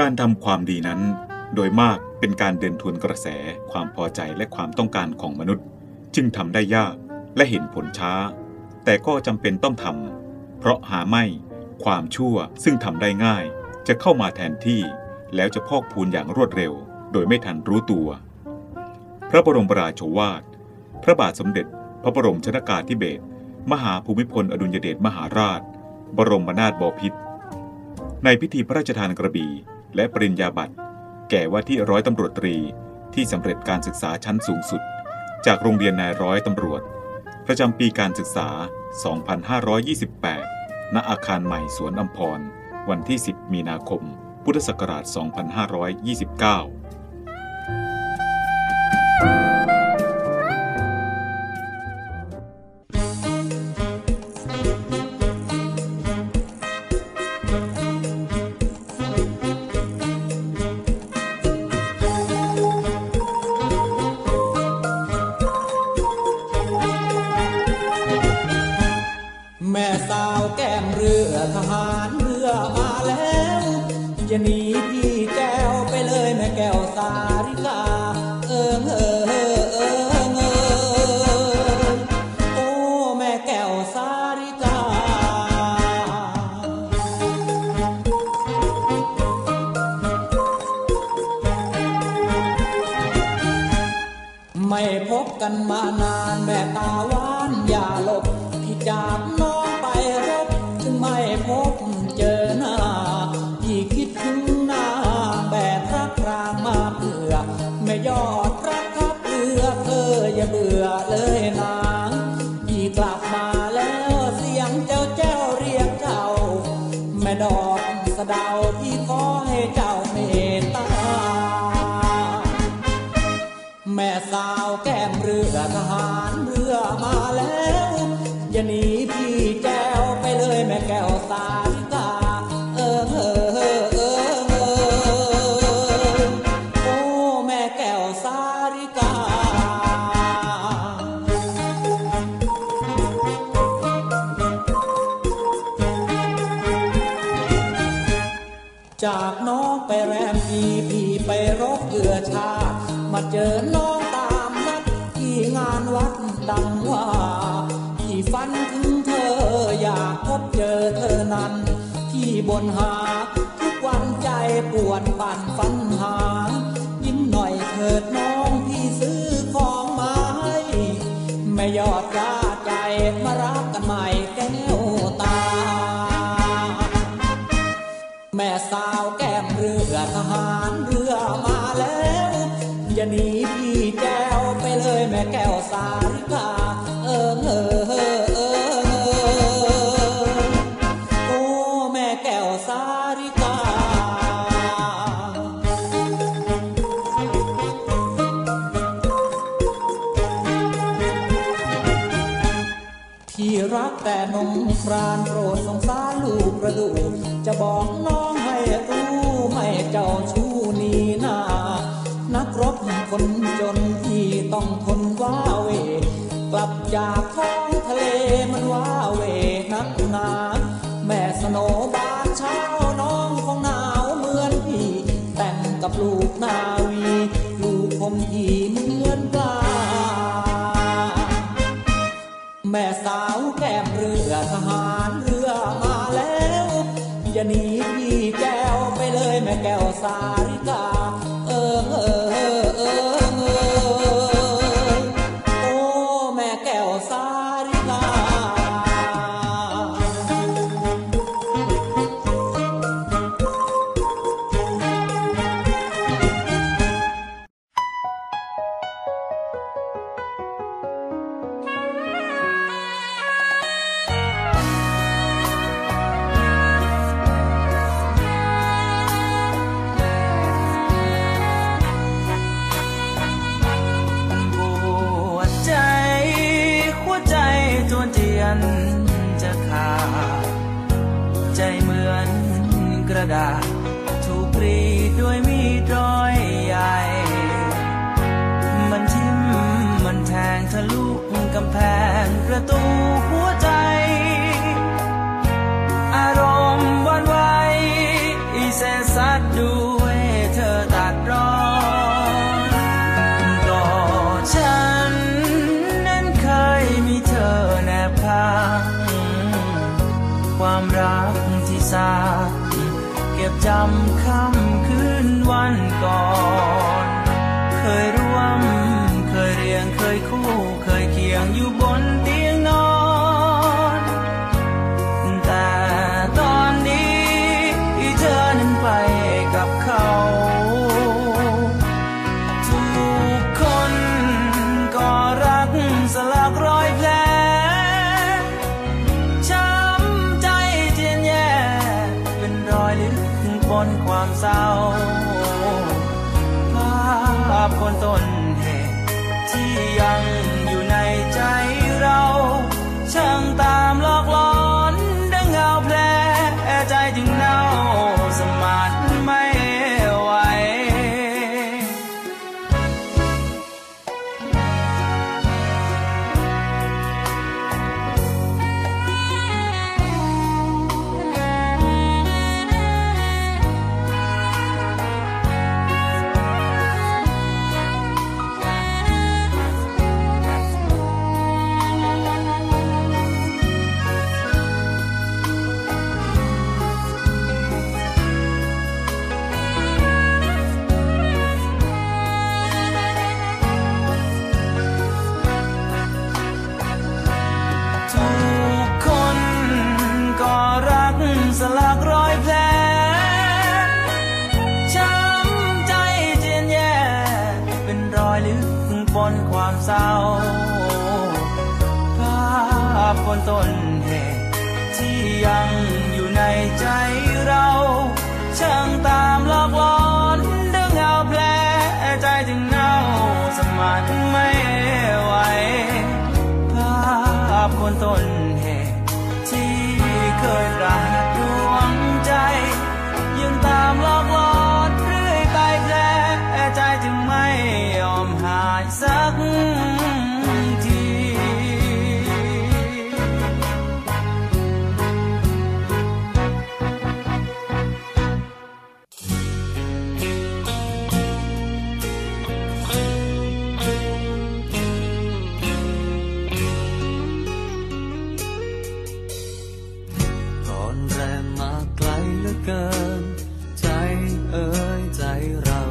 การทำความดีนั้นโดยมากเป็นการเดินทวนกระแสความพอใจและความต้องการของมนุษย์จึงทำได้ยากและเห็นผลช้าแต่ก็จำเป็นต้องทำเพราะหาไม่ความชั่วซึ่งทำได้ง่ายจะเข้ามาแทนที่แล้วจะพอกพูนอย่างรวดเร็วโดยไม่ทันรู้ตัวพระบรมราโชวาทพระบาทสมเด็จพระบรมชนกาธิเบศรมหาภูมิพลอดุลยเดชมหาราชบรมนาถบพิตรในพิธีพระราชทานกระบี่และปริญญาบัตรแก่ว่าที่ร้อยตำรวจตรีที่สำเร็จการศึกษาชั้นสูงสุดจากโรงเรียนนายร้อยตำรวจประจำปีการศึกษา 2528 ณ อาคารใหม่สวนอัมพรวันที่ 10 มีนาคม พุทธศักราช 2529 แม่สาวแก้มเรือทหารเรือมาแล้วอย่าหนีพี่แก้วไปเลยแม่แก้วสาริกาโอ้แม่แก้วสาริกาไม่พบกันมานานแม่ตาหวานอย่าหลบพี่จากน้องไปรบถึงไม่พบเจอหน้าพี่คิดถึงหน้าแบบรักรางมาเผื่อไม่ยอดรักทับเรือเธออย่าเบื่อเลยนะพี่กลับมาแล้วเสียงเจ้าแจ้วเรียกเจ้าแม่ดอกสะเดาพี่ขอให้เจ้าเมตตาแม่สาวแก้มเรือทหารเรือมาแล้วอย่าหนีพี่แก้วไปเลยแม่แก้วสาริกาโอ้แม่แก้วสาริกาจากน้องไปแรมพี่ไปรบเรือชาติมาเจอน้องตามนัดที่งานวัดดังว่าที่ฝันถึงเธออยากพบเจอเธอนั้นที่บนหาทุกวันใจปวดปั่นฝันหายิ้มหน่อยเถิดน้องพี่ซื้อของมาให้ไม่ยอดกล้าใจมารักกันใหม่แก้วตาแม่สาวแก้มเรือทหารเรือมาแล้วอย่าหนีพี่แก้วไปเลยแม่แก้วสาริกาโอ้แม่แก้วสาริกาที่รักแต่นงครานโปรดสงสารลูกกระดูกจะบอกน้องให้รู้ไม่เจ้าชู้นี่นานักรบคนจนที่ต้องทนว้าเวกลับจากท้องทะเลมันว้าเวนักหนาแม่สโนบานเช้าน้องคงหนาวเหมือนพี่แต่งกับลูกนาวีลูกผมที่เหมือนปลาแม่สาวแก้มเรือทหารเรือมาแล้วอย่าหนีพี่แก้วไปเลยแม่แก้วสาริกาโอ้แม่แก้วสาริกาจะขาดใจเหมือนกระดาษถูกกรีดด้วยมีดร้อยใหญ่มันทิ่มมันแทงทะลุกำแพงประตูหัวใจอารมณ์หวั่นไหวแสนสัตว์ดูความรักที่สาบเก็บจำค่ำคืนวันก่อนเคยร่วมเคยเรียงเคยคู่เคยเคียงอยู่บนเตียงนอนแต่ตอนนี้เธอนั้นไปกับเขาทุกคนก็รักสลักรอยแผลช้ำใจเจียนแย่เป็นรอยลึกบนความเศร้าภาพคนต้นเหตุที่ยังอยู่ในใจเราช่างตามหลอกหลอนดังเงาแผลใจจึงเน่าสมานไม่ไหวสลักรอยแผลช้ำใจเจียนแย่เป็นรอยลึกปนความเศร้าภาพคนต้นเหตุที่ยังอยู่ในใจเราช่างตามหลอกหลอนดังเงาแผลใจจึงเน่าสมานไม่ไหวภาพคนต้นเหตุที่เคยรักใจยังตามหลอกหลอนเรื่อยไปแผลใจจึงไม่ยอมหายสักทีเกินใจเอ่ยใจเรา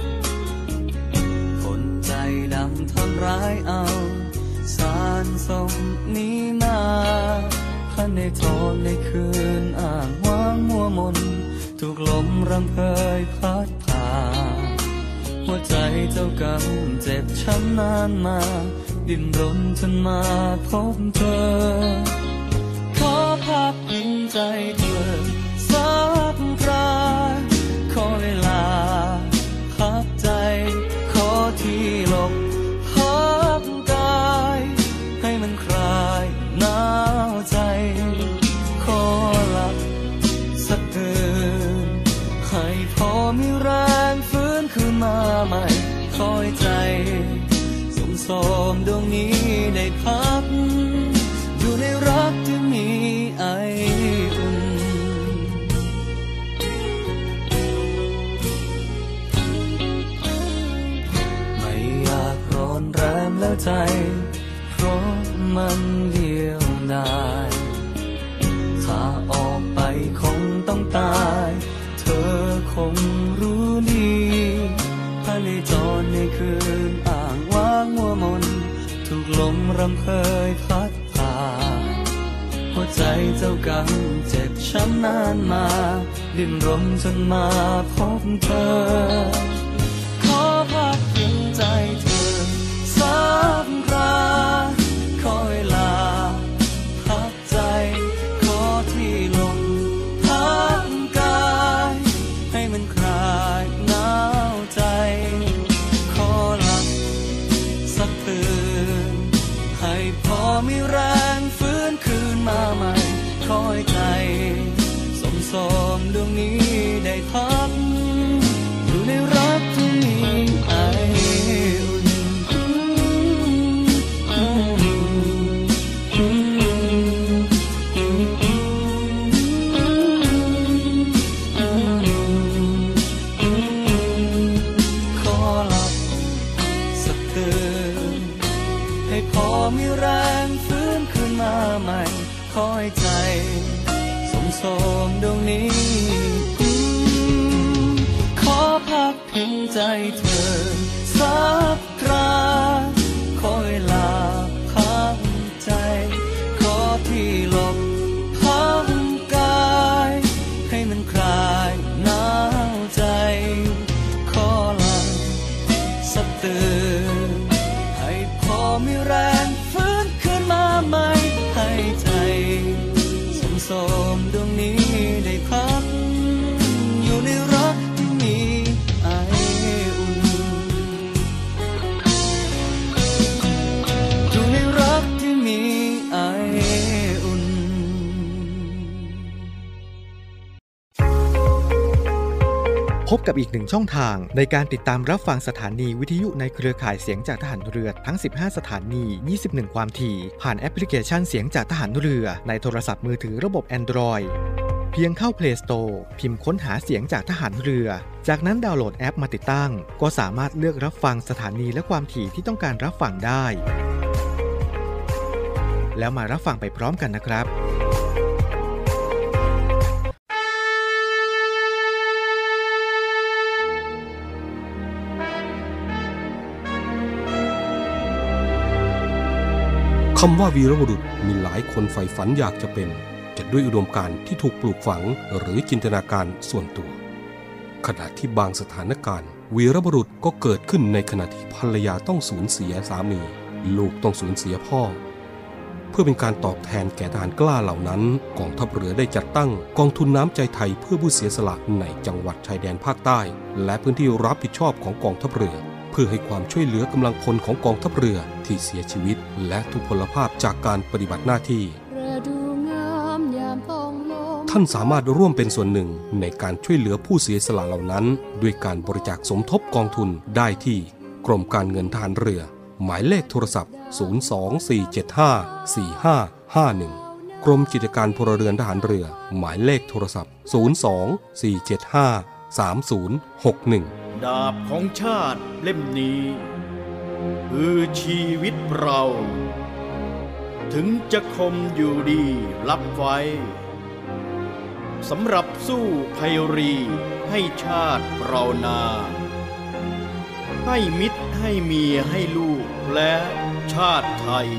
คนใจดำทำร้ายเอาสารสมนี้นาพันในทนในคืนอ่างว่างมัวมนถูกลมรำเพยพัดผ่าหัวใจเจ้ากรรมเจ็บช้ำนานมาดิ้นรนจนมาพบเธอขอพักพิงใจเธอสักคราขอเวลาพักใจขอที่หลบพักกายให้มันคลายหนาวใจขอหลับสักคืนให้พอมีแรงฟื้นคืนมาใหม่คอยใจสมสมดวงนี้ได้พักอยู่ในรักที่มีไออุ่นแรมแล้วใจเพราะมันเดียวดายถ้าออกไปคงต้องตายเธอคงรู้ดีพาเลจรในคืนอ่างว่างมัวมนถูกลมรำเพยพัดผ่าหัวใจเจ้ากรรมเจ็บช้ำนานมาดิ้นรนจนมาพบเธอขอพักพิงใจเธอสักคราขอเวลาพักใจขอที่ลมพักกายให้มันคลายหนาวใจขอหลับสักคืนให้พอมีแรงฟื้นคืนมาใหม่คอยใจสมสมดวงนี้ได้พักอยู่ในรักที่มีไอมีแรงฟื้นคืนมาใหม่คอยใจสโสมดวงนี้ขอพักพิงใจเธอสักคราขอเวลาพักใจขอที่หลบพักกายให้มันคลายหนาวใจขอหลับสักตื่นให้พอมีแรงฟื้นขึ้นมาใหม่ให้ใจโสมดวงนี้ได้พักอยู่ในรักที่มีไออุ่นอยู่ในรักที่มีไออุ่นพบกับอีกหนึ่งช่องทางในการติดตามรับฟังสถานีวิทยุในเครือข่ายเสียงจากทหารเรือทั้ง15สถานี 21 ความถี่ผ่านแอปพลิเคชันเสียงจากทหารเรือในโทรศัพท์มือถือระบบ Android เพียงเข้า Play Store พิมพ์ค้นหาเสียงจากทหารเรือจากนั้นดาวน์โหลดแอปมาติดตั้งก็สามารถเลือกรับฟังสถานีและความถี่ที่ต้องการรับฟังได้แล้วมารับฟังไปพร้อมกันนะครับคำว่าวีรบุรุษมีหลายคนใฝ่ฝันอยากจะเป็นจะด้วยอุดมการณ์ที่ถูกปลูกฝังหรือจินตนาการส่วนตัวขณะที่บางสถานการณ์วีรบุรุษก็เกิดขึ้นในขณะที่ภรรยาต้องสูญเสียสามีลูกต้องสูญเสียพ่อเพื่อเป็นการตอบแทนแก่ทหารกล้าเหล่านั้นกองทัพเรือได้จัดตั้งกองทุนน้ำใจไทยเพื่อผู้เสียสละในจังหวัดชายแดนภาคใต้และพื้นที่รับผิดชอบของกองทัพเรือเพื่อให้ความช่วยเหลือกำลังพลของกองทัพเรือที่เสียชีวิตและทุพพลภาพจากการปฏิบัติหน้าที่ท่านสามารถร่วมเป็นส่วนหนึ่งในการช่วยเหลือผู้เสียสละเหล่านั้นด้วยการบริจาคสมทบกองทุนได้ที่กรมการเงินทหารเรือหมายเลขโทรศัพท์024754551กรมกิจการพลเรือนทหารเรือหมายเลขโทรศัพท์024753061 ดาบของชาติเล่มนี้คือชีวิตเราถึงจะคมอยู่ดีรับไว้สำหรับสู้ภัยรีให้ชาติเรานาให้มิตรให้เมียให้ลูกและชาติไทย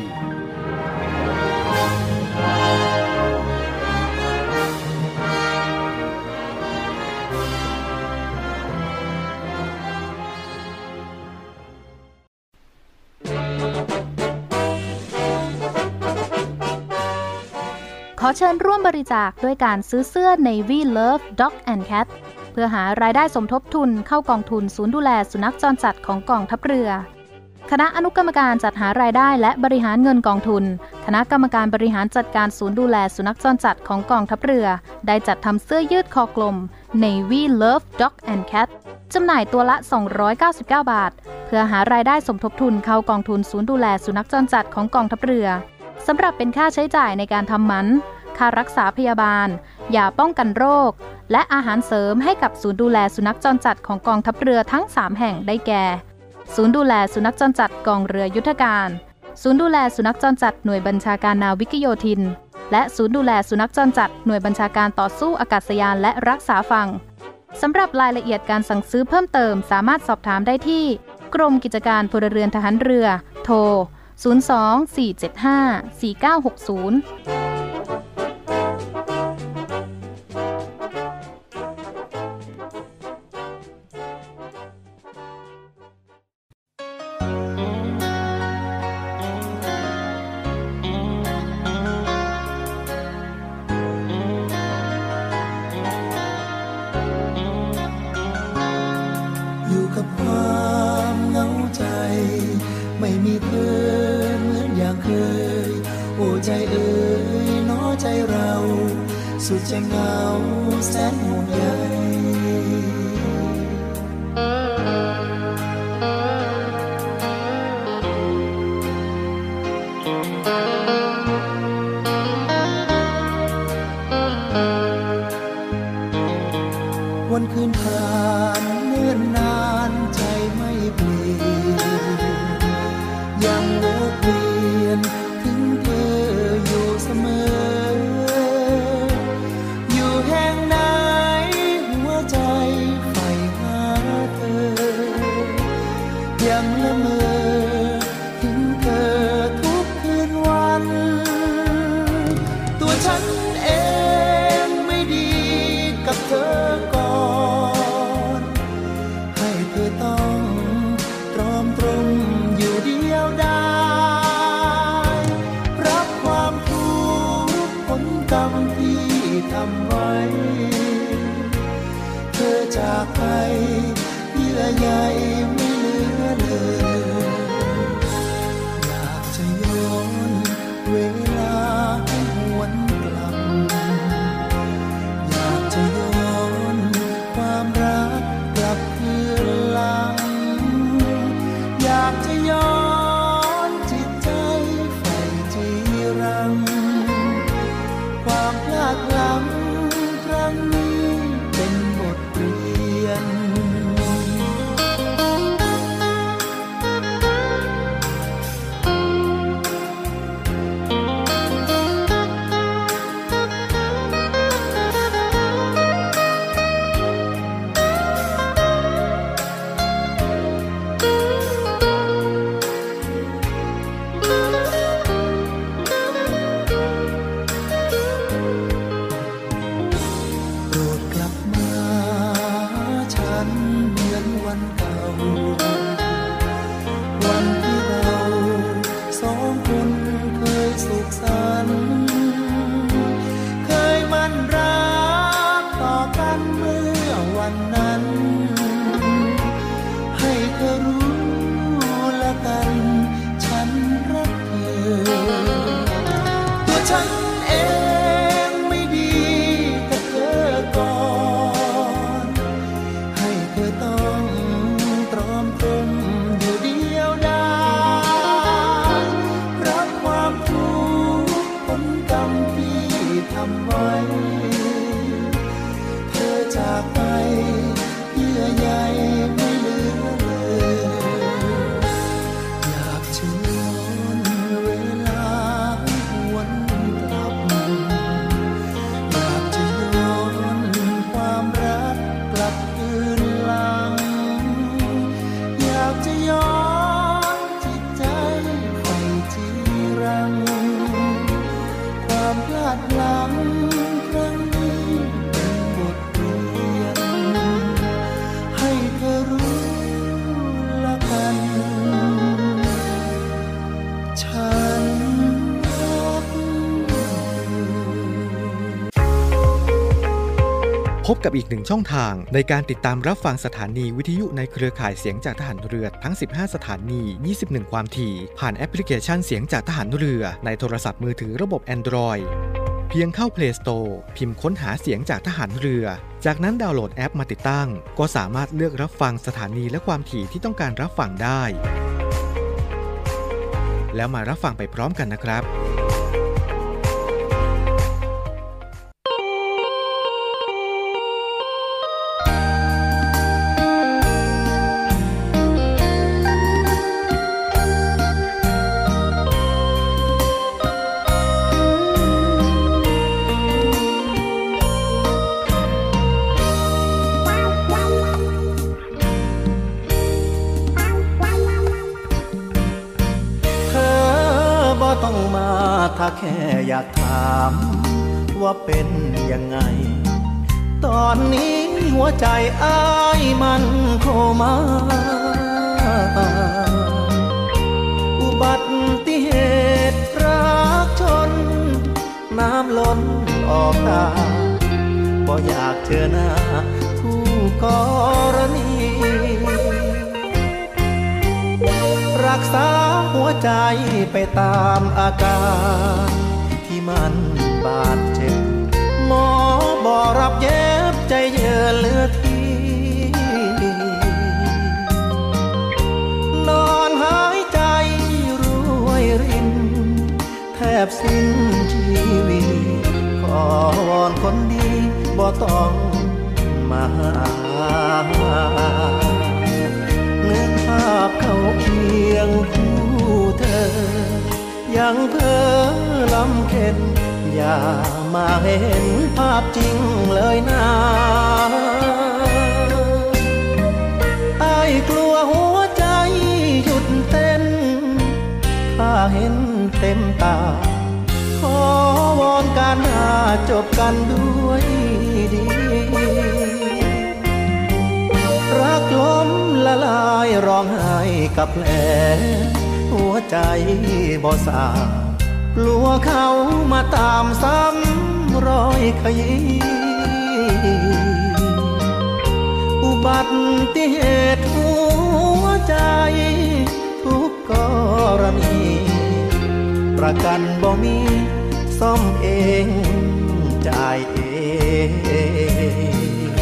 ขอเชิญร่วมบริจาคด้วยการซื้อเสื้อ Navy Love Dog and Cat เพื่อหารายได้สมทบทุนเข้ากองทุนศูนย์ดูแลสุนัขจรจัดของกองทัพเรือคณะอนุกรรมการจัดหารายได้และบริหารเงินกองทุนคณะกรรมการบริหารจัดการศูนย์ดูแลสุนัขจรจัดของกองทัพเรือได้จัดทำเสื้อยืดคอกลม Navy Love Dog and Cat จำหน่ายตัวละ299 บาทเพื่อหารายได้สมทบทุนเข้ากองทุนศูนย์ดูแลสุนัขจรจัดของกองทัพเรือสำหรับเป็นค่าใช้จ่ายในการทำหมันค่ารักษาพยาบาลยาป้องกันโรคและอาหารเสริมให้กับศูนย์ดูแลสุนัขจรจัดของกองทัพเรือทั้ง3แห่งได้แก่ศูนย์ดูแลสุนัขจรจัดกองเรือยุทธการศูนย์ดูแลสุนัขจรจัดหน่วยบัญชาการนาวิกโยธินและศูนย์ดูแลสุนัขจรจัดหน่วยบัญชาการต่อสู้อากาศยานและรักษาฝั่งสำหรับรายละเอียดการสั่งซื้อเพิ่มเติมสามารถสอบถามได้ที่กรมกิจการพลเรือนทหารเรือโทร024754960 ไม่มีเธอเหมือนอย่างเคยโอ้ใจเอ๋ยน้อใจเราสุดจะเหงาแสนห่วงใยวันคืนผ่านเนิ่นนานใจไม่เปลี่ยนยังวนเวียนถึงเธออยู่เสมอที่ทำไว้เธอจากไปเยื่อใยไม่เหลือเลยอยากจะย้อนเวลาให้หวนกลับอยากจะย้อนความรักกลับคืนหลังอยากจะย้อนจิตใจใฝ่จีรังความพลาดพลั้งครั้งนี้เป็นบทเรียนพบกับอีกหนึ่งช่องทางในการติดตามรับฟังสถานีวิทยุในเครือข่ายเสียงจากทหารเรือทั้ง15สถานี 21 ความถี่ผ่านแอปพลิเคชันเสียงจากทหารเรือในโทรศัพท์มือถือระบบ Android เพียงเข้า Play Store พิมพ์ค้นหาเสียงจากทหารเรือจากนั้นดาวน์โหลดแอปมาติดตั้งก็สามารถเลือกรับฟังสถานีและความถี่ที่ต้องการรับฟังได้แล้วมารับฟังไปพร้อมกันนะครับถ้าแค่อยากถามว่าเป็นยังไงตอนนี้หัวใจอ้ายมันโคม่าอุบัติเหตุรักชนน้ำล้นออกตาบ่อยากเจอหน้าคู่กรณีรักษาหัวใจไปตามอาการที่มันบาดเจ็บหมอบอกรับเย็บใจเยือนเหลือที่นอนหายใจรวยรินแทบสิ้นชีวิตขอวอนคนดีบ่ต้องมาหานึกภาพเขาเคียงคู่เธอยังเพ้อลำเค็ญอย่ามาเห็นภาพจริงเลยนะอ้ายกลัวหัวใจหยุดเต้นถ้าเห็นเต็มตาขอวอนการหาจบกันด้วยดีรักล้มละลายร้องไห้กับแผลหัวใจบ่สากลัวเขามาตามซ้ำรอยขยี้อุบัติเหตุหัวใจทุกกรณีประกันบ่มีซ่อมเองจ่ายเอง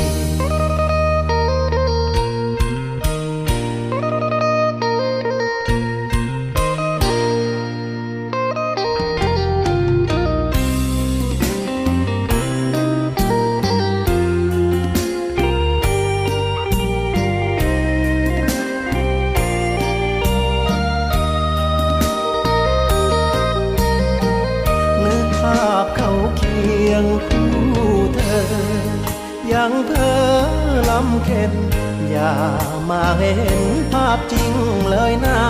ยังเพ้อลำเค็นอย่ามาเห็นภาพจริงเลยนะ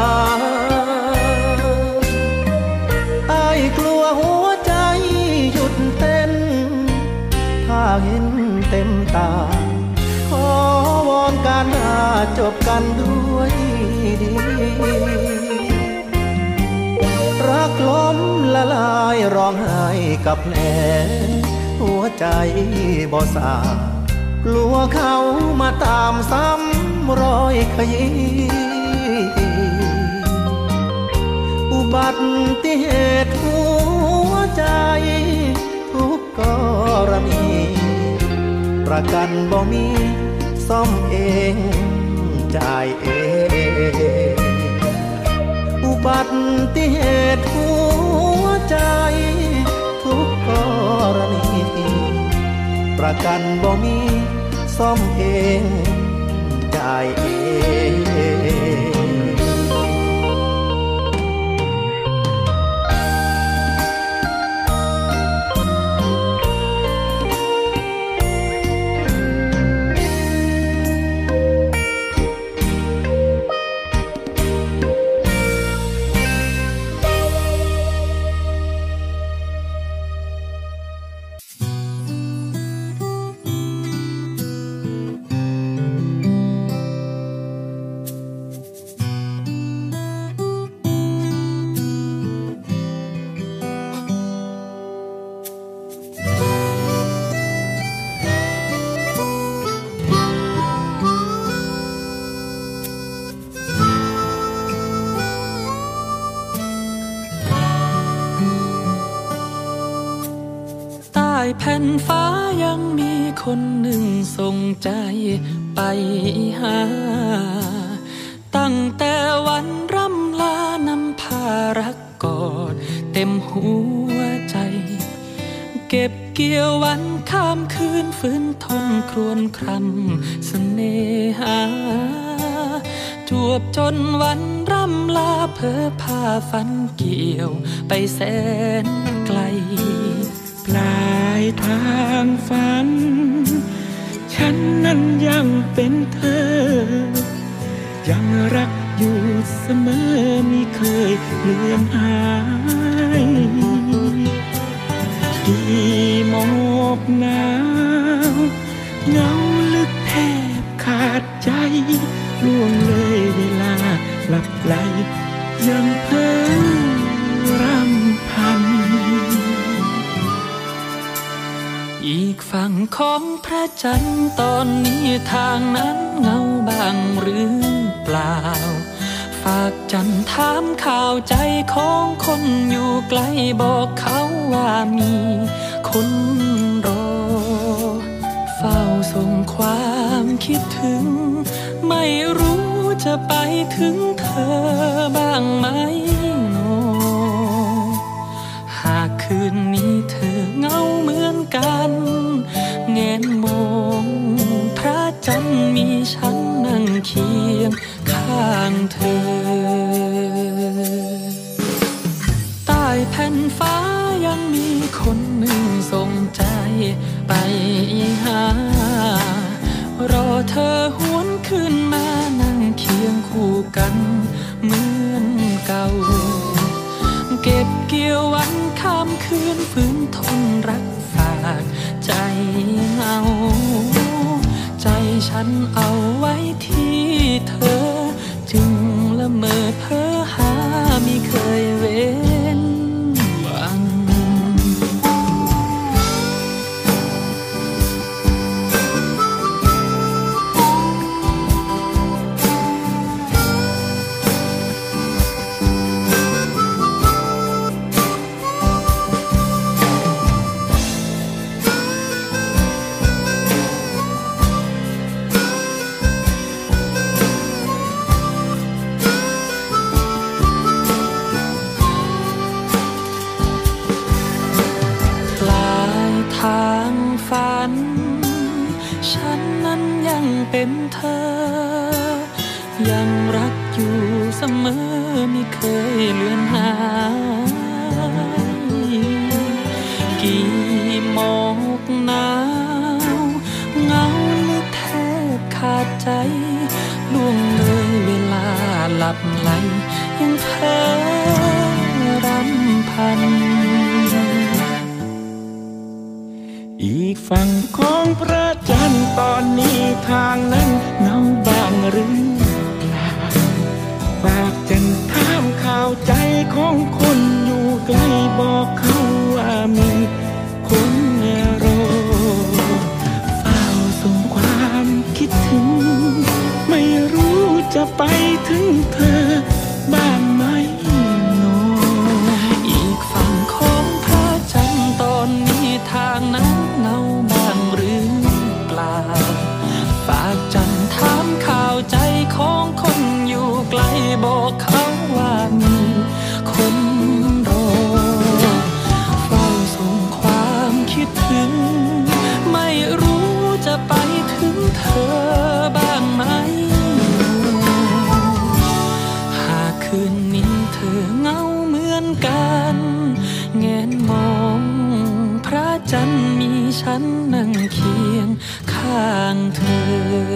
อ้ายกลัวหัวใจหยุดเต้นถ้าเห็นเต็มตาขอวอนการจบกันด้วยดีรักล้มละลายร้องไห้กับแผลหัวใจบ่สากลัวเขามาตามซ้ำรอยขยี้อุบัติเหตุหัวใจทุกกรณีประกันบ่มีซ่อมเองจ่ายเองอุบัติเหตุหัวใจทุกกรณีประกันบ่มีซ่อมเองจ่ายเองแผ่นฟ้ายังมีคนหนึ่งส่งใจไปหาตั้งแต่วันร่ำลานำพารักกอดเต็มหัวใจเก็บเกี่ยววันข้ามคืนฝืนทนครวญครำเสน่หาจวบจนวันร่ำลาเพ้อพาฝันเกี่ยวไปแสนไกลปลายทางฝันฉันนั้นยังเป็นเธอยังรักอยู่เสมอไม่เคยเลือนหายกี่หมอกหนาวเงาลึกแทบขาดใจล่วงเลยเวลาหลับไหลยังเพ้อรำพันอีกฝั่งของพระจันทร์ตอนนี้ทางนั้นเงาบางหรือเปล่าฝากจันทร์ถามข่าวใจของคนอยู่ไกลบอกเขาว่ามีคนรอเฝ้าส่งความคิดถึงไม่รู้จะไปถึงเธอบ้างไหมโนหากคืนนี้เธอเงาเหมือนกันแงนมองพระจันทร์มีฉันนั่งเคียงข้างเธอใต้แผ่นฟ้ายังมีคนหนึ่งส่งใจไปหารอเธอหวนคืนมานั่งเคียงคู่กันเหมือนเก่าเก็บเกี่ยววันข้ามคืนฝืนทนรักฝากใจเหงาใจฉันเอาไว้ที่เธอจึงละเมอเพ้อหาไม่เคยเว้นหวังยังเป็นเธอยังรักอยู่เสมอไม่เคยเลือนหายกี่หมอกหนาวเงาลึกแทบขาดใจล่วงเลยเวลาหลับไหลยังเพ้อรำพันอีกฝั่งของพระจันทร์ตอนนี้ทางนั้นเงาบางหรือฝากจันถามข่าวใจของคนอยู่ไกลบอกเขาว่ามีคนรอเฝ้าส่งความคิดถึงไม่รู้จะไปถึงเธอบ้างไหมโนอีกฝั่งของพระจันทร์ตอนนี้ทางนั้นเงาบางหรือเปล่าฝากจันถามข่าวใจของคนอยู่ไกลบอกเขาว่ามีคนรอเฝ้าส่งความคิดถึงไม่รู้จะไปถึงเธอบ้างไหมหากคืนนี้เธอเหงาเหมือนกันแงนมองพระจันทร์มีฉันนั่งเคียงข้างเธอ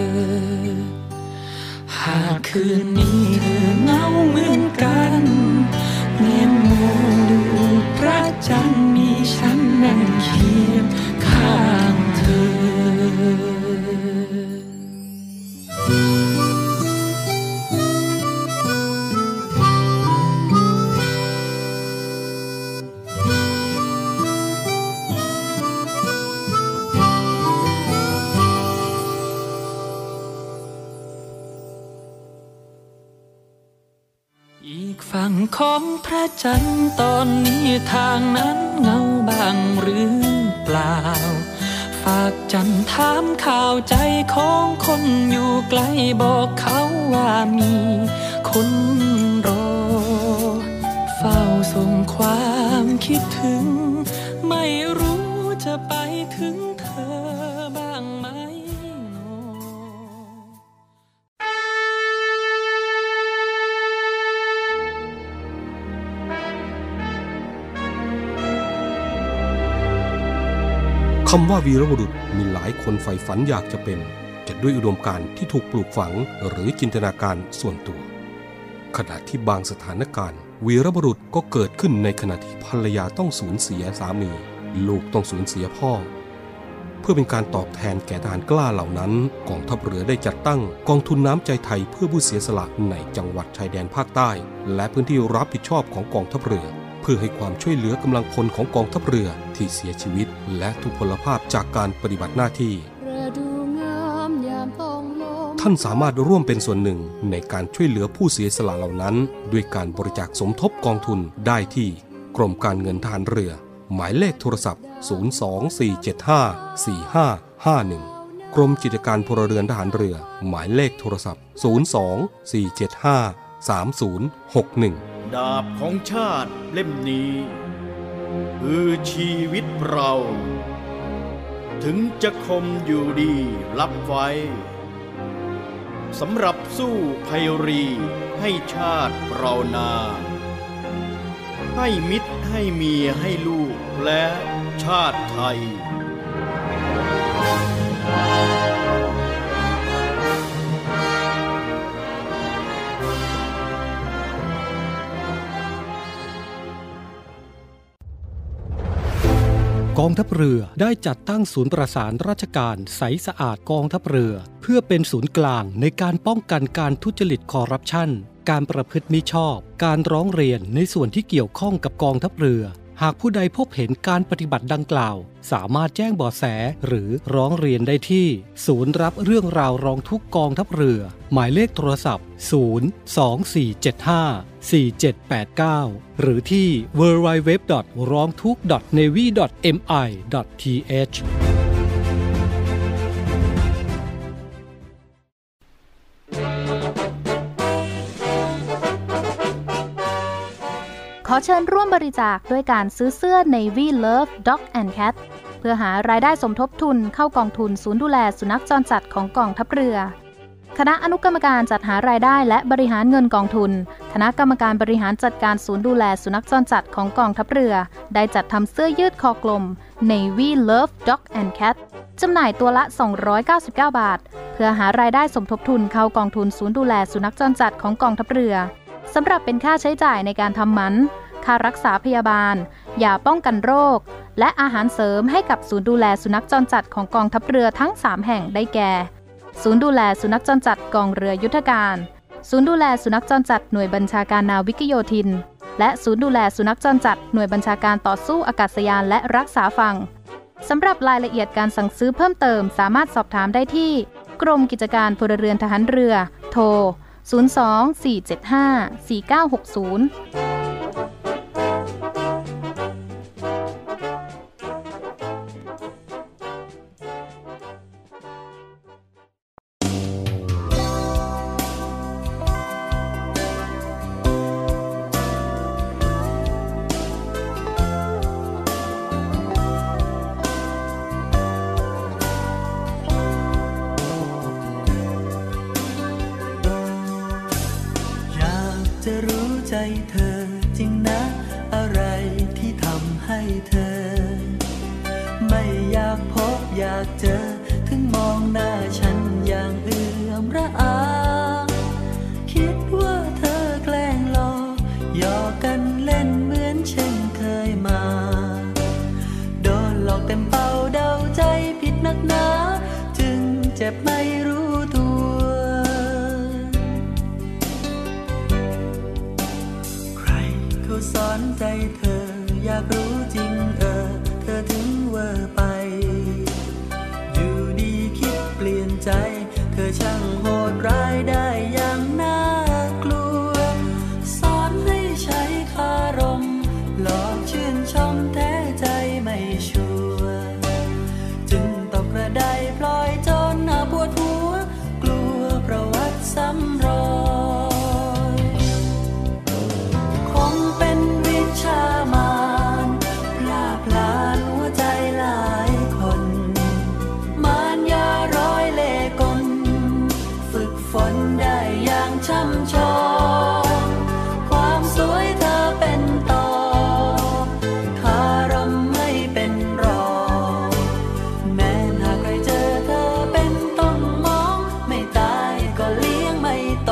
หากคืนนี้เธอเหงาเหมือนกันแงนมองดูพระจันทร์มีฉันนั่งเคียงข้างเธอฝั่งของพระจันทร์ตอนนี้ทางนั้นเงาบางหรือเปล่าฝากจันถามข่าวใจของคนอยู่ไกลบอกเขาว่ามีคนรอเฝ้าส่งความคิดถึงไม่รู้จะไปถึงเธอบ้างไหมคำว่าวีรบุรุษมีหลายคนใฝ่ฝันอยากจะเป็นแต่ด้วยอุดมการณ์ที่ถูกปลูกฝังหรือจินตนาการส่วนตัวขณะที่บางสถานการณ์วีรบุรุษก็เกิดขึ้นในขณะที่ภรรยาต้องสูญเสียสามีลูกต้องสูญเสียพ่อเพื่อเป็นการตอบแทนแก่ทหารกล้าเหล่านั้นกองทัพเรือได้จัดตั้งกองทุนน้ำใจไทยเพื่อผู้เสียสละในจังหวัดชายแดนภาคใต้และพื้นที่รับผิดชอบของกองทัพเรือเพื่อให้ความช่วยเหลือกำลังพลของกองทัพเรือที่เสียชีวิตและทุพพลภาพจากการปฏิบัติหน้าที่ท่านสามารถร่วมเป็นส่วนหนึ่งในการช่วยเหลือผู้เสียสละเหล่านั้นด้วยการบริจาคสมทบกองทุนได้ที่กรมการเงินทหารเรือหมายเลขโทรศัพท์024754551กรมกิจการพลเรือนทหารเรือหมายเลขโทรศัพท์024753061 ดาบของชาติเล่มนี้คือชีวิตเราถึงจะคมอยู่ดีรับไว้สำหรับสู้ภัยรีให้ชาติเรานาให้มิตรให้เมียให้ลูกและชาติไทยกองทัพเรือได้จัดตั้งศูนย์ประสานราชการใสสะอาดกองทัพเรือเพื่อเป็นศูนย์กลางในการป้องกันการทุจริตคอร์รัปชันการประพฤติมิชอบการร้องเรียนในส่วนที่เกี่ยวข้องกับกองทัพเรือหากผู้ใดพบเห็นการปฏิบัติดังกล่าวสามารถแจ้งเบาะแสหรือร้องเรียนได้ที่ศูนย์รับเรื่องราวร้องทุกข์กองทัพเรือหมายเลขโทรศัพท์024754789หรือที่ www.rongthuk.navy.mi.th ขอเชิญร่วมบริจาคด้วยการซื้อเสื้อ Navy Love Dog and Cat เพื่อพื่อหารายได้สมทบทุนเข้ากองทุนศูนย์ดูแลสุนัขจรจัดของกองทัพเรือคณะอนุกรรมการจัดหารายได้และบริหารเงินกองทุนคณะกรรมการบริหารจัดการศูนย์ดูแลสุนัขจรจัดของกองทัพเรือได้จัดทำเสื้อยืดคอกลม Navy Love Dog and Cat จำหน่ายตัวละ299 บาทเพื่อหารายได้สมทบทุนเข้ากองทุนศูนย์ดูแลสุนัขจรจัดของกองทัพเรือสำหรับเป็นค่าใช้จ่ายในการทำหมันค่ารักษาพยาบาลยาป้องกันโรคและอาหารเสริมให้กับศูนย์ดูแลสุนัขจรจัดของกองทัพเรือทั้ง3แห่งได้แก่ศูนย์ดูแลสุนัขจรจัดกองเรือยุทธการศูนย์ดูแลสุนัขจรจัดหน่วยบัญชาการนาวิกโยธินและศูนย์ดูแลสุนัขจรจัดหน่วยบัญชาการต่อสู้อากาศยานและรักษาฝั่งสำหรับรายละเอียดการสั่งซื้อเพิ่มเติมสามารถสอบถามได้ที่กรมกิจการพลเรือนทหารเรือโทร024754960 จะรู้ใจเธอจริงนะอะไรที่ทำให้เธอไม่อยากพบอยากเจอถึงมองหน้าฉันอย่างเอื้อมระอาคิดว่าเธอแกล้งหลอกหยอกกันเล่นเหมือนเช่นเคยมาโดนหลอกเต็มเป่าเดาใจผิดนักหนาจึงเจ็บไม่รู้ตัวสอนใจเธออยากรู้จริงเธอถึงเวอร์ไปอยู่ดีคิดเปลี่ยนใจเธอช่างโหดร้ายได้อย่างน่ากลัวสอนให้ใช้คารมหลอกชื่นชมแท้ใจไม่ชัวร์จึงตกกระไดพลอยจนหน้าปวดหัวกลัวประวัติซ้ำรอยชามานพลาดพลานหัวใจหลายคนมารยาร้อยเล่ห์กลฝึกฝนได้อย่างช่ำชองความสวยเธอเป็นต่อคารมไม่เป็นรองแม้หากใครเจอเธอเป็นต้นมองไม่ตายก็เลี้ยงไม่โต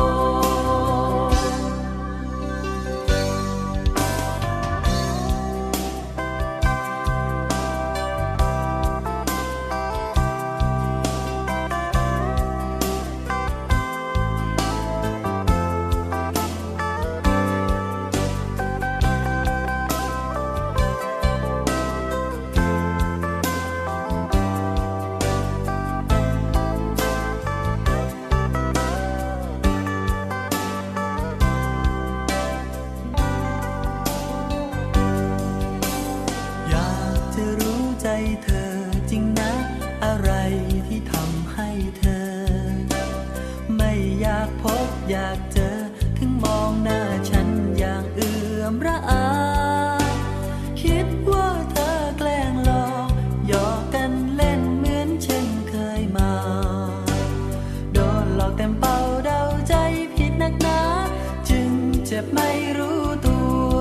เธอจริงนะอะไรที่ทำให้เธอไม่อยากพบอยากเจอถึงมองหน้าฉันอย่างเอื้อมระอาคิดว่าเธอแกล้งหลอกหยอกกันเล่นเหมือนเช่นเคยมาโดนหลอกเต็มเป่าเดาใจผิดนักหนาจึงเจ็บไม่รู้ตัว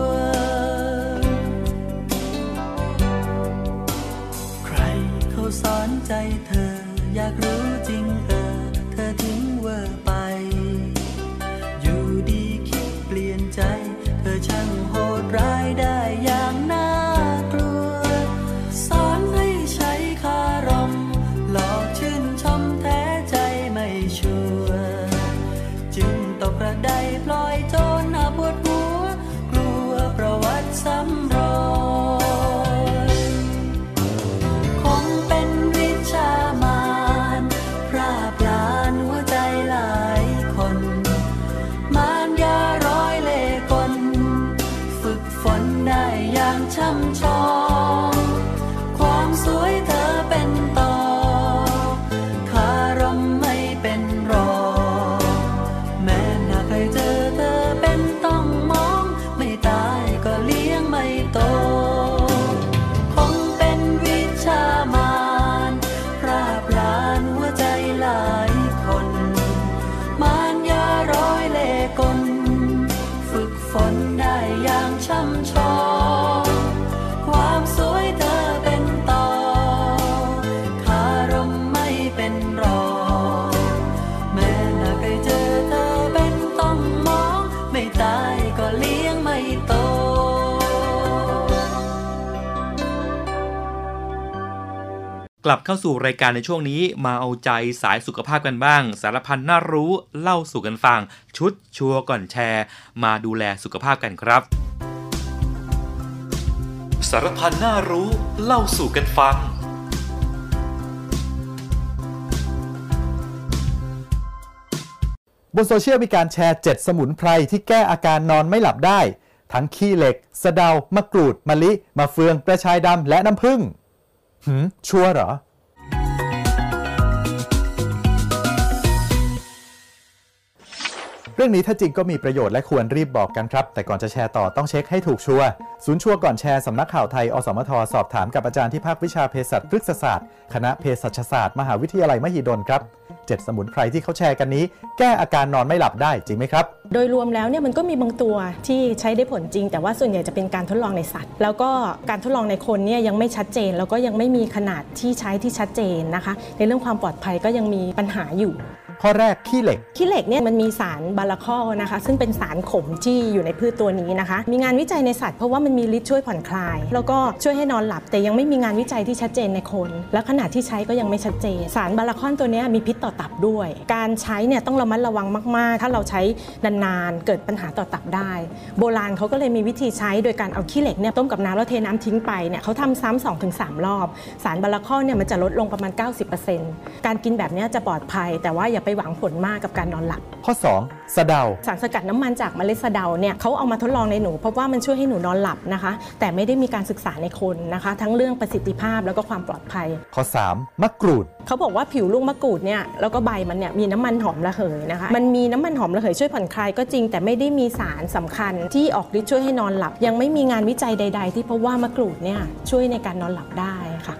สอนใจเธออยากรู้จริงเธอถึงเวอร์ไปอยู่ดีคิดเปลี่ยนใจเธอช่างโหดร้ายได้อย่างน่ากลัวสอนให้ใช้คารมหลอกชื่นชมแท้ใจไม่ชัวร์จึงตกกระไดพลอยจนหน้าปวดหัวกลัวประวัติซ้ำรอยคงเป็นวิชามารพกลับเข้าสู่รายการในช่วงนี้มาเอาใจสายสุขภาพกันบ้างสารพันน่ารู้เล่าสู่กันฟังชุดชัวร์ก่อนแชร์มาดูแลสุขภาพกันครับสารพันน่ารู้เล่าสู่กันฟังบนโซเชียลมีการแชร์7สมุนไพรที่แก้อาการนอนไม่หลับได้ทั้งขี้เหล็กสะเดามะกรูดมะลิมะเฟืองกระชายดำและน้ำผึ้งชัวร์เหรอเรื่องนี้ถ้าจริงก็มีประโยชน์และควรรีบบอกกันครับแต่ก่อนจะแชร์ต่อต้องเช็คให้ถูกชัวร์ศูนย์ชัวร์ก่อนแชร์สำนักข่าวไทยอสมทสอบถามกับอาจารย์ที่ภาควิชาเภสัชพฤกษศาสตร์คณะเภสัชศาสตร์มหาวิทยาลัยมหิดลครับ7สมุนไพรที่เขาแชร์กันนี้แก้อาการนอนไม่หลับได้จริงไหมครับโดยรวมแล้วเนี่ยมันก็มีบางตัวที่ใช้ได้ผลจริงแต่ว่าส่วนใหญ่จะเป็นการทดลองในสัตว์แล้วก็การทดลองในคนเนี่ยยังไม่ชัดเจนแล้วก็ยังไม่มีขนาดที่ใช้ที่ชัดเจนนะคะในเรื่องความปลอดภัยก็ยังมีปัญหาอยู่ข้อแรกขี้เหล็กเนี่ยมันมีสารบาลาคอลนะคะซึ่งเป็นสารขมที่อยู่ในพืชตัวนี้นะคะมีงานวิจัยในสัตว์เพราะว่ามันมีฤทธิ์ช่วยผ่อนคลายแล้วก็ช่วยให้นอนหลับแต่ยังไม่มีงานวิจัยที่ชัดเจนในคนและขนาดที่ใช้ก็ยังไม่ชัดเจนสารบาลาคอลตัวนี้มีพิษต่อตับด้วยการใช้เนี่ยต้องระมัดระวังมากๆถ้าเราใช้นานๆเกิดปัญหาต่อตับได้โบราณเขาก็เลยมีวิธีใช้โดยการเอาขี้เหล็กเนี่ยต้มกับน้ำแล้วเทน้ำทิ้งไปเนี่ยเขาทำซ้ำ 2-3 รอบสารบาลาคอลเนี่ยมันจะลดลงประมาณ 90% การกินแบบนี้จะปลอดภัยแต่ว่าอย่าไปหวังผลมากกับการนอนหลับข้อ2สะเดาสารสกัดน้ำมันจากเมล็ดสะเดาเนี่ยเขาเอามาทดลองในหนูเพราะว่ามันช่วยให้หนูนอนหลับนะคะแต่ไม่ได้มีการศึกษาในคนนะคะทั้งเรื่องประสิทธิภาพแล้วก็ความปลอดภัยข้อ3มะกรูดเขาบอกว่าผิวลูกมะกรูดเนี่ยแล้วก็ใบมันเนี่ยมีน้ำมันหอมระเหยนะคะมันมีน้ำมันหอมระเหยช่วยผ่อนคลายก็จริงแต่ไม่ได้มีสารสำคัญที่ออกฤทธิ์ช่วยให้นอนหลับยังไม่มีงานวิจัยใดๆที่พบว่ามะกรูดเนี่ยช่วยในการนอนหลับได้ค่ะ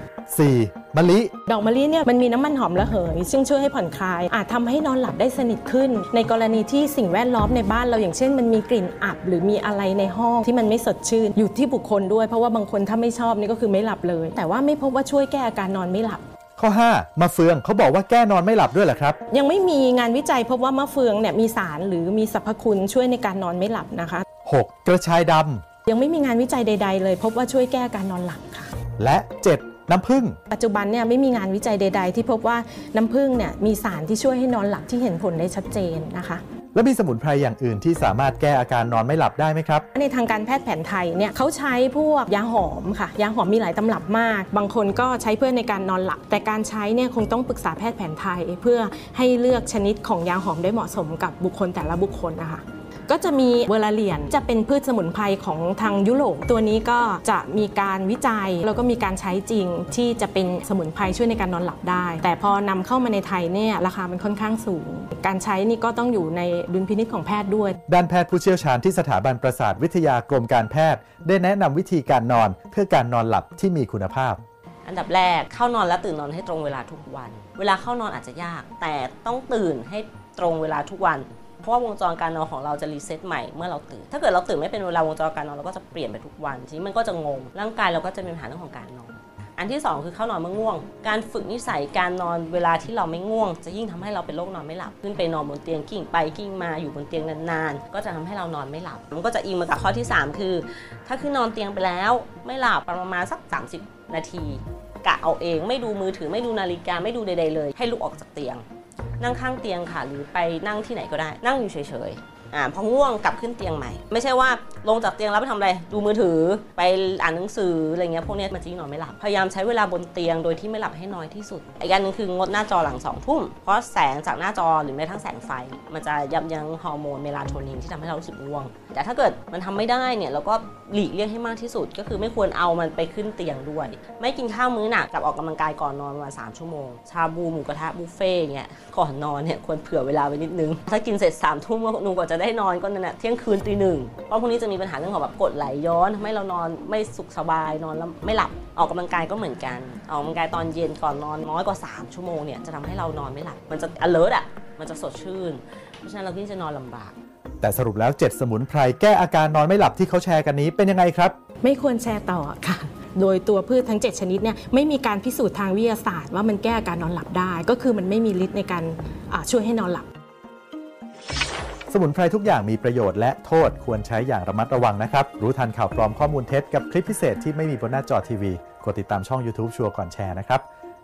4มะลิดอกมะลิเนี่ยมันมีน้ำมันหอมระเหยซึ่งช่วยให้ผ่อนคลายอาจทำให้นอนหลับได้สนิทขึ้นในกรณีที่สิ่งแวดล้อมในบ้านเราอย่างเช่นมันมีกลิ่นอับหรือมีอะไรในห้องที่มันไม่สดชื่นอยู่ที่บุคคลด้วยเพราะว่าบางคนถ้าไม่ชอบนี่ก็คือไม่หลับเลยแต่ว่าไม่พบว่าช่วยแก้อาการนอนไม่หลับข้อ5มะเฟืองเขาบอกว่าแก้นอนไม่หลับด้วยเหรอครับยังไม่มีงานวิจัยพบว่ามะเฟืองเนี่ยมีสารหรือมีสรรพคุณช่วยในการนอนไม่หลับนะคะ 6กระชายดำยังไม่มีงานวิจัยใดๆเลยพบว่าช่วยแก้อาการนอนหลับค่ะและ7น้ำผึ้งปัจจุบันเนี่ยไม่มีงานวิจัยใดๆที่พบว่าน้ำผึ้งเนี่ยมีสารที่ช่วยให้นอนหลับที่เห็นผลได้ชัดเจนนะคะแล้วมีสมุนไพรอย่างอื่นที่สามารถแก้อาการนอนไม่หลับได้ไหมครับในทางการแพทย์แผนไทยเนี่ยเขาใช้พวกยาหอมค่ะยาหอมมีหลายตำรับมากบางคนก็ใช้เพื่อในการนอนหลับแต่การใช้เนี่ยคงต้องปรึกษาแพทย์แผนไทยเพื่อให้เลือกชนิดของยาหอมได้เหมาะสมกับบุคคลแต่ละบุคคลนะคะก็จะมีเวอร์เลียนจะเป็นพืชสมุนไพรของทางยุโรปตัวนี้ก็จะมีการวิจัยแล้วก็มีการใช้จริงที่จะเป็นสมุนไพรช่วยในการนอนหลับได้แต่พอนำเข้ามาในไทยเนี่ยราคามันค่อนข้างสูงการใช้นี่ก็ต้องอยู่ในดุลพินิจของแพทย์ด้วยด้านแพทย์ผู้เชี่ยวชาญที่สถาบันประสาทวิทยากรมการแพทย์ได้แนะนำวิธีการนอนเพื่อการนอนหลับที่มีคุณภาพอันดับแรกเข้านอนและตื่นนอนให้ตรงเวลาทุกวันเวลาเข้านอนอาจจะยากแต่ต้องตื่นให้ตรงเวลาทุกวันเพราะว่าวงจรการนอนของเราจะรีเซ็ตใหม่เมื่อเราตื่นถ้าเกิดเราตื่นไม่เป็นเวลาวงจรการนอนเราก็จะเปลี่ยนไปทุกวันทีนี้มันก็จะงงร่างกายเราก็จะมีปัญหาเรื่องของการนอนอันที่2คือเข้านอนเมื่อง่วงการฝึกนิสัยการนอนเวลาที่เราไม่ง่วงจะยิ่งทำให้เราเป็นโรคนอนไม่หลับขึ้นไปนอนบนเตียงกิ้งไปกิ้งมาอยู่บนเตียงนานๆก็จะทำให้เรานอนไม่หลับมันก็จะอิงมากับข้อที่3คือถ้าคือนอนเตียงไปแล้วไม่หลับประมาณสัก30นาทีกะเอาเองไม่ดูมือถือไม่ดูนาฬิกาไม่ดูใดๆเลยให้ลุกออกจากเตียงนั่งข้างเตียงค่ะหรือไปนั่งที่ไหนก็ได้นั่งอยู่เฉยๆพอง่วงกลับขึ้นเตียงใหม่ไม่ใช่ว่าลงจากเตียงแล้วไปทำอะไรดูมือถือไปอ่านหนังสืออะไรเงี้ยพวกนี้มันจะนอนไม่หลับพยายามใช้เวลาบนเตียงโดยที่ไม่หลับให้น้อยที่สุดอีกอย่างนึงคืองดหน้าจอหลัง2 ทุ่มเพราะแสงจากหน้าจอหรือแม้ทั้งแสงไฟมันจะยับยั้งฮอร์โมนเมลาโทนินที่ทำให้เรารู้สึกง่วงแต่ถ้าเกิดมันทำไม่ได้เนี่ยเราก็หลีกเลี่ยงให้มากที่สุดก็คือไม่ควรเอามันไปขึ้นเตียงด้วยไม่กินข้าวมื้อหนักกับออกกำลังกายก่อนนอนประมาณ3 ชั่วโมงชาบูหมูกระทะบุฟเฟ่เงี้ยก่อนนอนเนี่ยควรเผื่อเวลาไว้นิดนึงถ้ากินเสร็จ3 ทุ่มหนูกว่าจะได้นอนก็นั่นแหละเที่ยงคืนตี 1เพราะพวกนี้จะมีปัญหาเรื่องของแบบกรดไหลย้อนทำให้เรานอนไม่สุขสบายนอนแล้วไม่หลับออกกำลังกายก็เหมือนกันออกกำลังกายตอนเย็นก่อนนอนน้อยกว่า3 ชั่วโมงเนี่ยจะทำให้เรานอนไม่หลับมันจะ alert มันจะสดชื่นเพราะฉะนั้นเราที่จะนอนลำบากแต่สรุปแล้ว7สมุนไพรแก้อาการนอนไม่หลับที่เขาแชร์กันนี้เป็นยังไงครับไม่ควรแชร์ต่อค่ะโดยตัวพืชทั้ง7ชนิดเนี่ยไม่มีการพิสูจน์ทางวิทยาศาสตร์ว่ามันแก้อาการนอนหลับได้ก็คือมันไม่มีฤทธิ์ในการช่วยให้นอนหลับสมุนไพรทุกอย่างมีประโยชน์และโทษควรใช้อย่างระมัดระวังนะครับรู้ทันข่าวปลอมข้อมูลเท็จกับคลิปพิเศษที่ไม่มีบนหน้าจอทีวีกดติดตามช่อง YouTube ชัวร์ก่อนแชร์นะครับ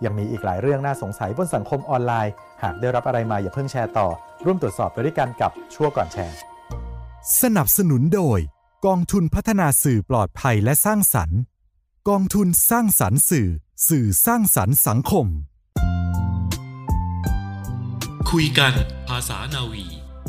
ยังมีอีกหลายเรื่องน่าสงสัยบนสังคมออนไลน์หากได้รับอะไรมาอย่าเพิ่งแชร์ต่อร่วมตรวจสอบไปด้วยกันกับชั่วก่อนแชร์สนับสนุนโดยกองทุนพัฒนาสื่อปลอดภัยและสร้างสรรค์กองทุนสร้างสรรค์สื่อสร้างสรรค์สังคมคุยกันภาษานาวี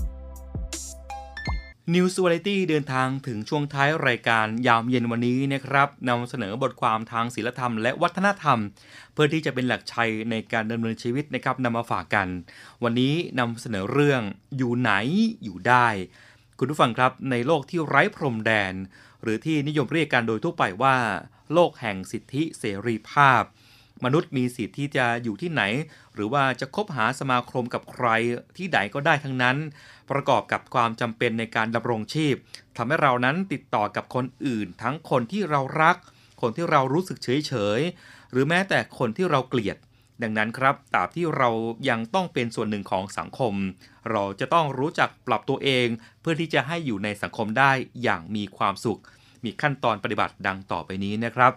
News Variety เดินทางถึงช่วงท้ายรายการยามเย็นวันนี้นะครับนำเสนอบทความทางศีลธรรมและวัฒนธรรมเพื่อที่จะเป็นหลักชัยในการดำเนินชีวิตนะครับนำมาฝากกันวันนี้นำเสนอเรื่องอยู่ไหนอยู่ได้คุณผู้ฟังครับในโลกที่ไร้พรมแดนหรือที่นิยมเรียกกันโดยทั่วไปว่าโลกแห่งสิทธิเสรีภาพมนุษย์มีสิทธิ์ที่จะอยู่ที่ไหนหรือว่าจะคบหาสมาคมกับใครที่ใดก็ได้ทั้งนั้นประกอบกับความจำเป็นในการดำรงชีพทำให้เรานั้นติดต่อกับคนอื่นทั้งคนที่เรารักคนที่เรารู้สึกเฉยๆหรือแม้แต่คนที่เราเกลียดดังนั้นครับตราบที่เรายังต้องเป็นส่วนหนึ่งของสังคมเราจะต้องรู้จักปรับตัวเองเพื่อที่จะให้อยู่ในสังคมได้อย่างมีความสุขมีขั้นตอนปฏิบัติดังต่อไปนี้นะครับ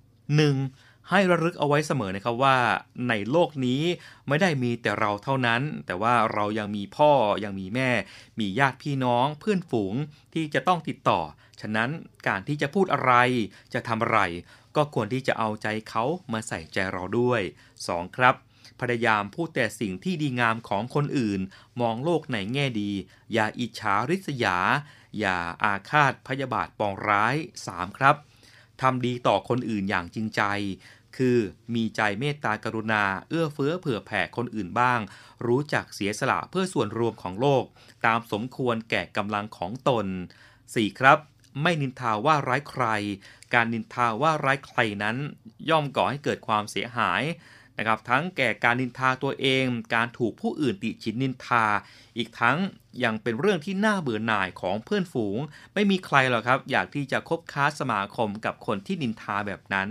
1. ให้ระลึกเอาไว้เสมอนะครับว่าในโลกนี้ไม่ได้มีแต่เราเท่านั้นแต่ว่าเรายังมีพ่อยังมีแม่มีญาติพี่น้องเพื่อนฝูงที่จะต้องติดต่อฉะนั้นการที่จะพูดอะไรจะทำอะไรก็ควรที่จะเอาใจเขามาใส่ใจเราด้วย 2. ครับพยายามพูดแต่สิ่งที่ดีงามของคนอื่นมองโลกในแง่ดีอย่าอิจฉาริษยาอย่าอาฆาตพยาบาทปองร้าย 3. ครับทำดีต่อคนอื่นอย่างจริงใจคือมีใจเมตตากรุณาเอื้อเฟื้อเผื่อแผ่คนอื่นบ้างรู้จักเสียสละเพื่อส่วนรวมของโลกตามสมควรแก่กำลังของตน 4. ครับไม่นินทาว่าร้ายใครการนินทาว่าร้ายใครนั้นย่อมก่อให้เกิดความเสียหายนะครับทั้งแก่การนินทาตัวเองการถูกผู้อื่นติฉินนินทาอีกทั้งยังเป็นเรื่องที่น่าเบื่อหน่ายของเพื่อนฝูงไม่มีใครหรอกครับอยากที่จะคบค้าสมาคมกับคนที่นินทาแบบนั้น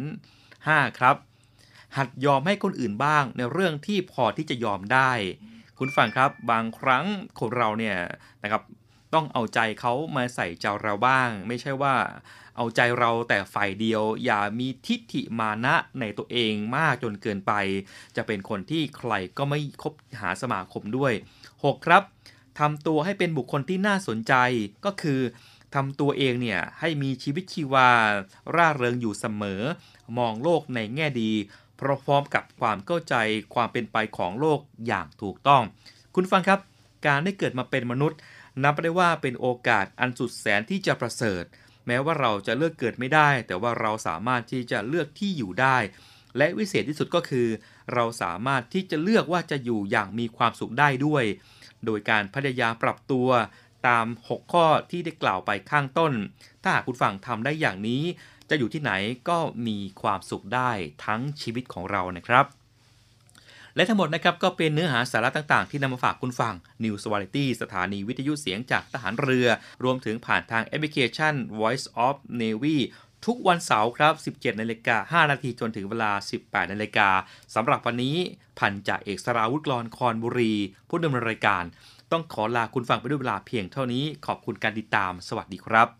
5. ครับหัดยอมให้คนอื่นบ้างในเรื่องที่พอที่จะยอมได้คุณฟังครับบางครั้งคนเราเนี่ยนะครับต้องเอาใจเขามาใส่ใจเราบ้างไม่ใช่ว่าเอาใจเราแต่ฝ่ายเดียวอย่ามีทิฏฐิมานะในตัวเองมากจนเกินไปจะเป็นคนที่ใครก็ไม่คบหาสมาคมด้วย 6. ครับทำตัวให้เป็นบุคคลที่น่าสนใจก็คือทำตัวเองเนี่ยให้มีชีวิตชีวาร่าเริงอยู่เสมอมองโลกในแง่ดีพร้อมกับความเข้าใจความเป็นไปของโลกอย่างถูกต้องคุณฟังครับการได้เกิดมาเป็นมนุษย์นับได้ว่าเป็นโอกาสอันสุดแสนที่จะประเสริฐแม้ว่าเราจะเลือกเกิดไม่ได้แต่ว่าเราสามารถที่จะเลือกที่อยู่ได้และวิเศษที่สุดก็คือเราสามารถที่จะเลือกว่าจะอยู่อย่างมีความสุขได้ด้วยโดยการพยายามปรับตัวตาม6ข้อที่ได้กล่าวไปข้างต้นถ้าหากคุณฟังทำได้อย่างนี้จะอยู่ที่ไหนก็มีความสุขได้ทั้งชีวิตของเรานะครับและทั้งหมดนะครับก็เป็นเนื้อหาสาระต่างๆที่นำมาฝากคุณฟัง News Variety สถานีวิทยุเสียงจากทหารเรือรวมถึงผ่านทางแอปพลิเคชัน Voice of Navy ทุกวันเสาร์ครับ 17:05 น.จนถึงเวลา 18:00 น.สำหรับวันนี้พันจ่าเอกสราวุธกลอนคอนบุรีผู้ดำเนินรายการต้องขอลาคุณฟังไปด้วยเวลาเพียงเท่านี้ขอบคุณการติดตามสวัสดีครับ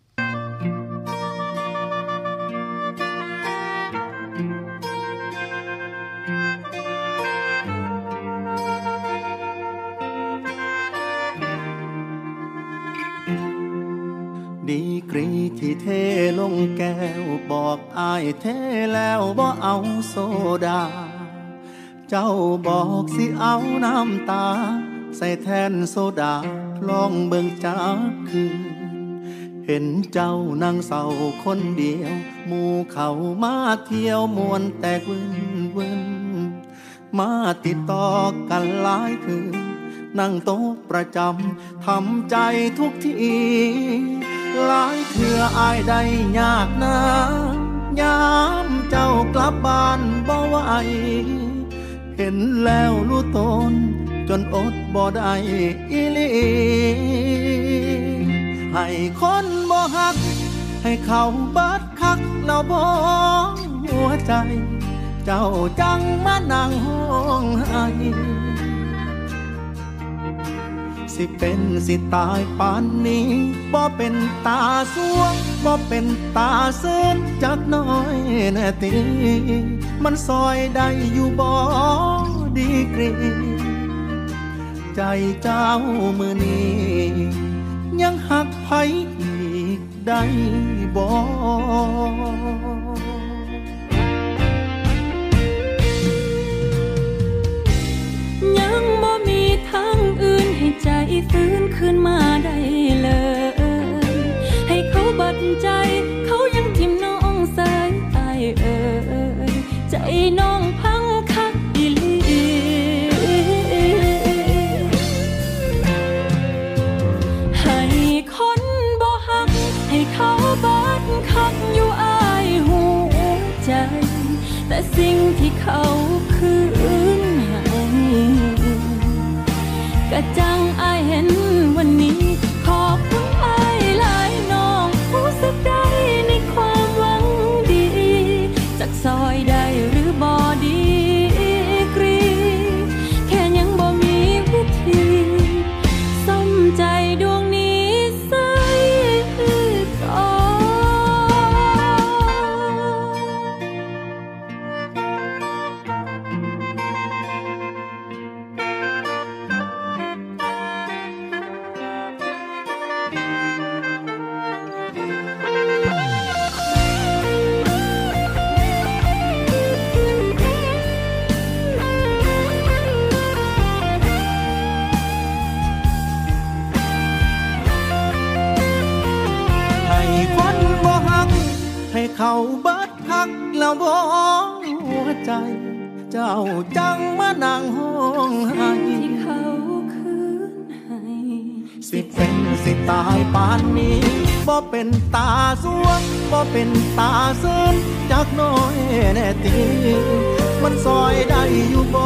ดีกรีที่เทลงแก้วบอกอายเทแล้วบ่เอาโซดาเจ้าบอกสิเอาน้ำตาใส่แทนโซดาลองเบิ่งจากคืนเห็นเจ้านั่งเศร้าคนเดียวหมู่เขามาเที่ยวมวนแตกวินมาติดต่อกันหลายคืนนั่งโต๊ะประจำทำใจทุกทีหลายเทื่ออายได้ยากนะยามเจ้ากลับบ้านบ่ไหวเห็นแล้วรู้ตนจนอดบ่ได้อีหลีให้คนบ่ฮักให้เขาบัดคักแล้วบ่หัวใจเจ้าจังมานั่งห้องไห้สิเป็นสิตายปานนี้บ่เป็นตาสวงบ่เป็นตาเส้นจักน้อยแน่ตีมันซอยได้อยู่บ่รีใจเจ้ามือนี้ยังหักไผอีกได้บ่ยังบ่มีทางอื่นให้ใจฟื้นขึ้นมาได้เลยให้เขาบัดใจเขายังทิ่มน้องสายตายใจน้องพังคักอีหลีให้คนบ่ฮักให้เขาบัดคักอยู่อ้ายหัวใจแต่สิ่งที่เขาคืนให้ก็จังอ้ายเห็นวันนี้ขอบคุณอ้ายหลายน้องรู้สึกได้ในความหวังดีจากซอยได้หรือบ่ดีกรีแค่ยังบ่มีวิธีซ่อมใจดวงนี้ใส่ก่อนให้เขาเบิดคักแล้วบ่หัวใจเจ้าจังมานั่งห้องให้ที่เขาคืนให้สิเป็นสิตายปานนี้บ่เป็นตาสวงบ่เป็นตาซื่นจักน้อยแน่ตีมันซอยได้อยู่บ่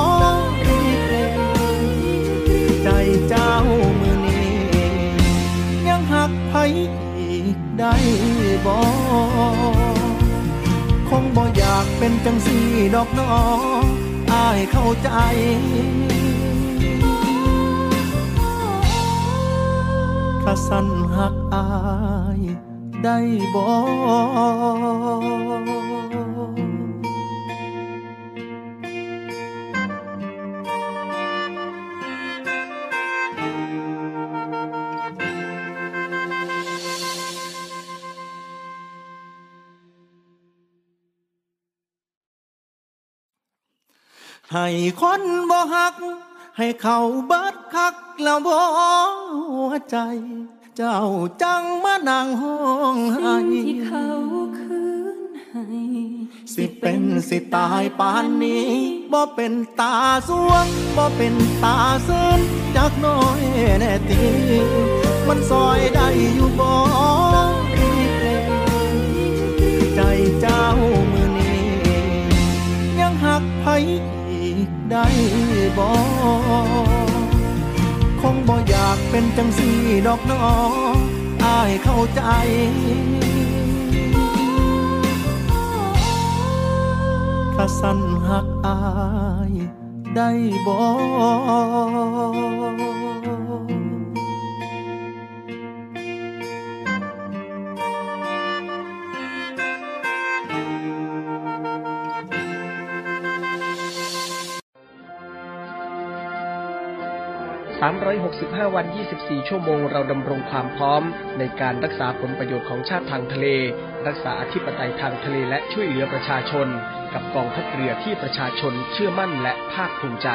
ใจเจ้ามือนี้ยังหักไผอีกได้บ่คงบ่อยากเป็นจังซี่ดอกน้ออ้ายเข้าใจถ้าสั่นหักอ้ายได้บ่ ให้คนบ่ฮักให้เขาเบิดคักแล้วบ่หัวใจเจ้าจังมานั่งห้องให้สิ่งที่เขาคืนให้สิเป็นสิตายปานนี้บ่เป็นตาสวงบ่เป็นตาซื่นจักน้อยแน่ตีมันซอยได้อยู่บ่ใจเจ้ามือนี้ยังหักไผอีกได้บ่คงบ่อยากเป็นจังซี่ดอกน้ออ้ายเข้าใจถ้าสั่นหักอ้ายได้บ่ 365 วัน 24 ชั่วโมงเราดำรงความพร้อมในการรักษาผลประโยชน์ของชาติทางทะเลรักษาอธิปไตยทางทะเลและช่วยเหลือประชาชนกับกองทัพเรือที่ประชาชนเชื่อมั่นและภาคภูมิใจ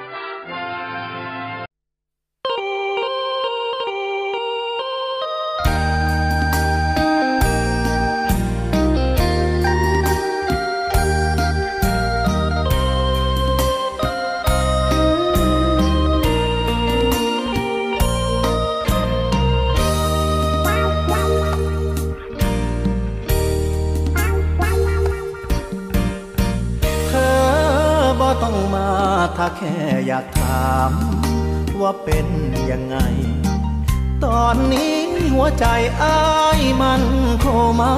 ถ้าแค่อยากถามว่าเป็นยังไงตอนนี้หัวใจอ้ายมันโคม่า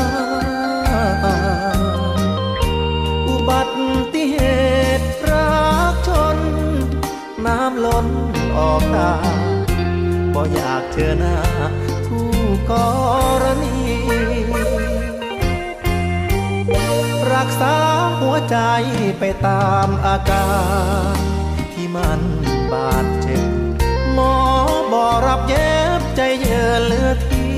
อุบัติเหตุรักชนน้ำล้นออกตาบ่อยากเจอหน้าคู่กรณีรักษาหัวใจไปตามอาการที่มันบาดเจ็บหมอบอกรับเย็บใจเยือนเหลือที่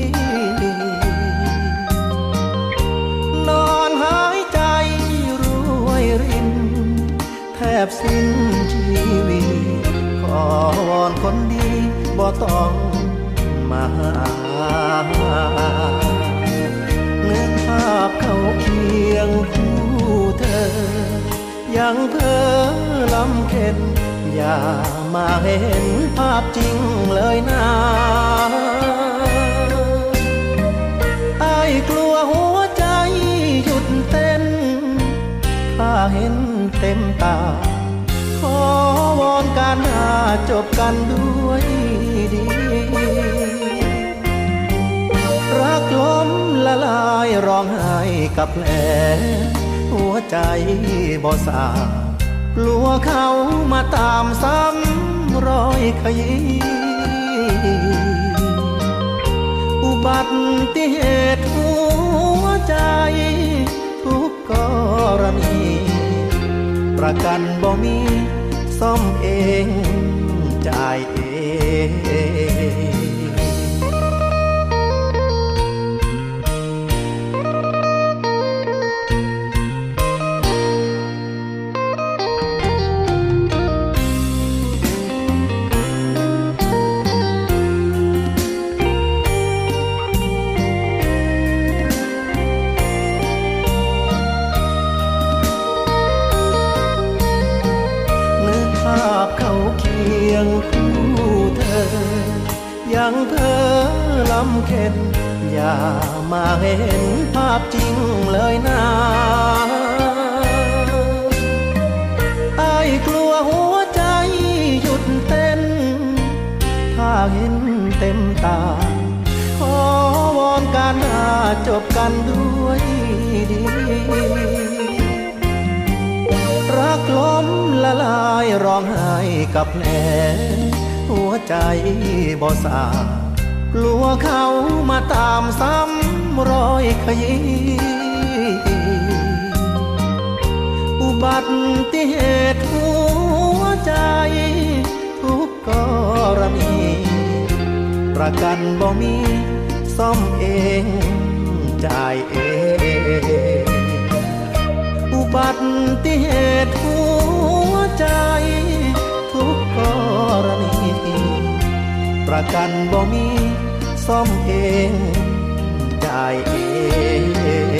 นอนหายใจรวยรินแทบสิ้นชีวิตขอวอนคนดีบ่ต้องมาหานึกภาพเขาเคียงคู่เธอยังเพ้อลำเค็ญอย่ามาเห็นภาพจริงเลยนะอ้ายกลัวหัวใจหยุดเต้นถ้าเห็นเต็มตาขอวอนการหาจบกันด้วยดีรักล้มละลายร้องไห้กับแผลหัวใจบ่สากลัวเขามาตามซ้ำรอยขยี้อุบัติเหตุหัวใจทุกกรณีประกันบ่มีซ่อมเองจ่ายเองยังเพ้อลำเค็ญอย่ามาเห็นภาพจริงเลยนะอ้ายกลัวหัวใจหยุดเต้นถ้าเห็นเต็มตาขอวอนการหาจบกันด้วยดีรักล้มละลายร้องไห้กับแผลหัวใจบ่สากลัวเขามาตามซ้ำรอยขยี้อุบัติเหตุหัวใจทุกกรณีประกันบ่มีซ่อมเองจ่ายเองอุบัติเหตุหัวใจทุกกรณีประกันบ่มีซ่อมเองจ่ายเอง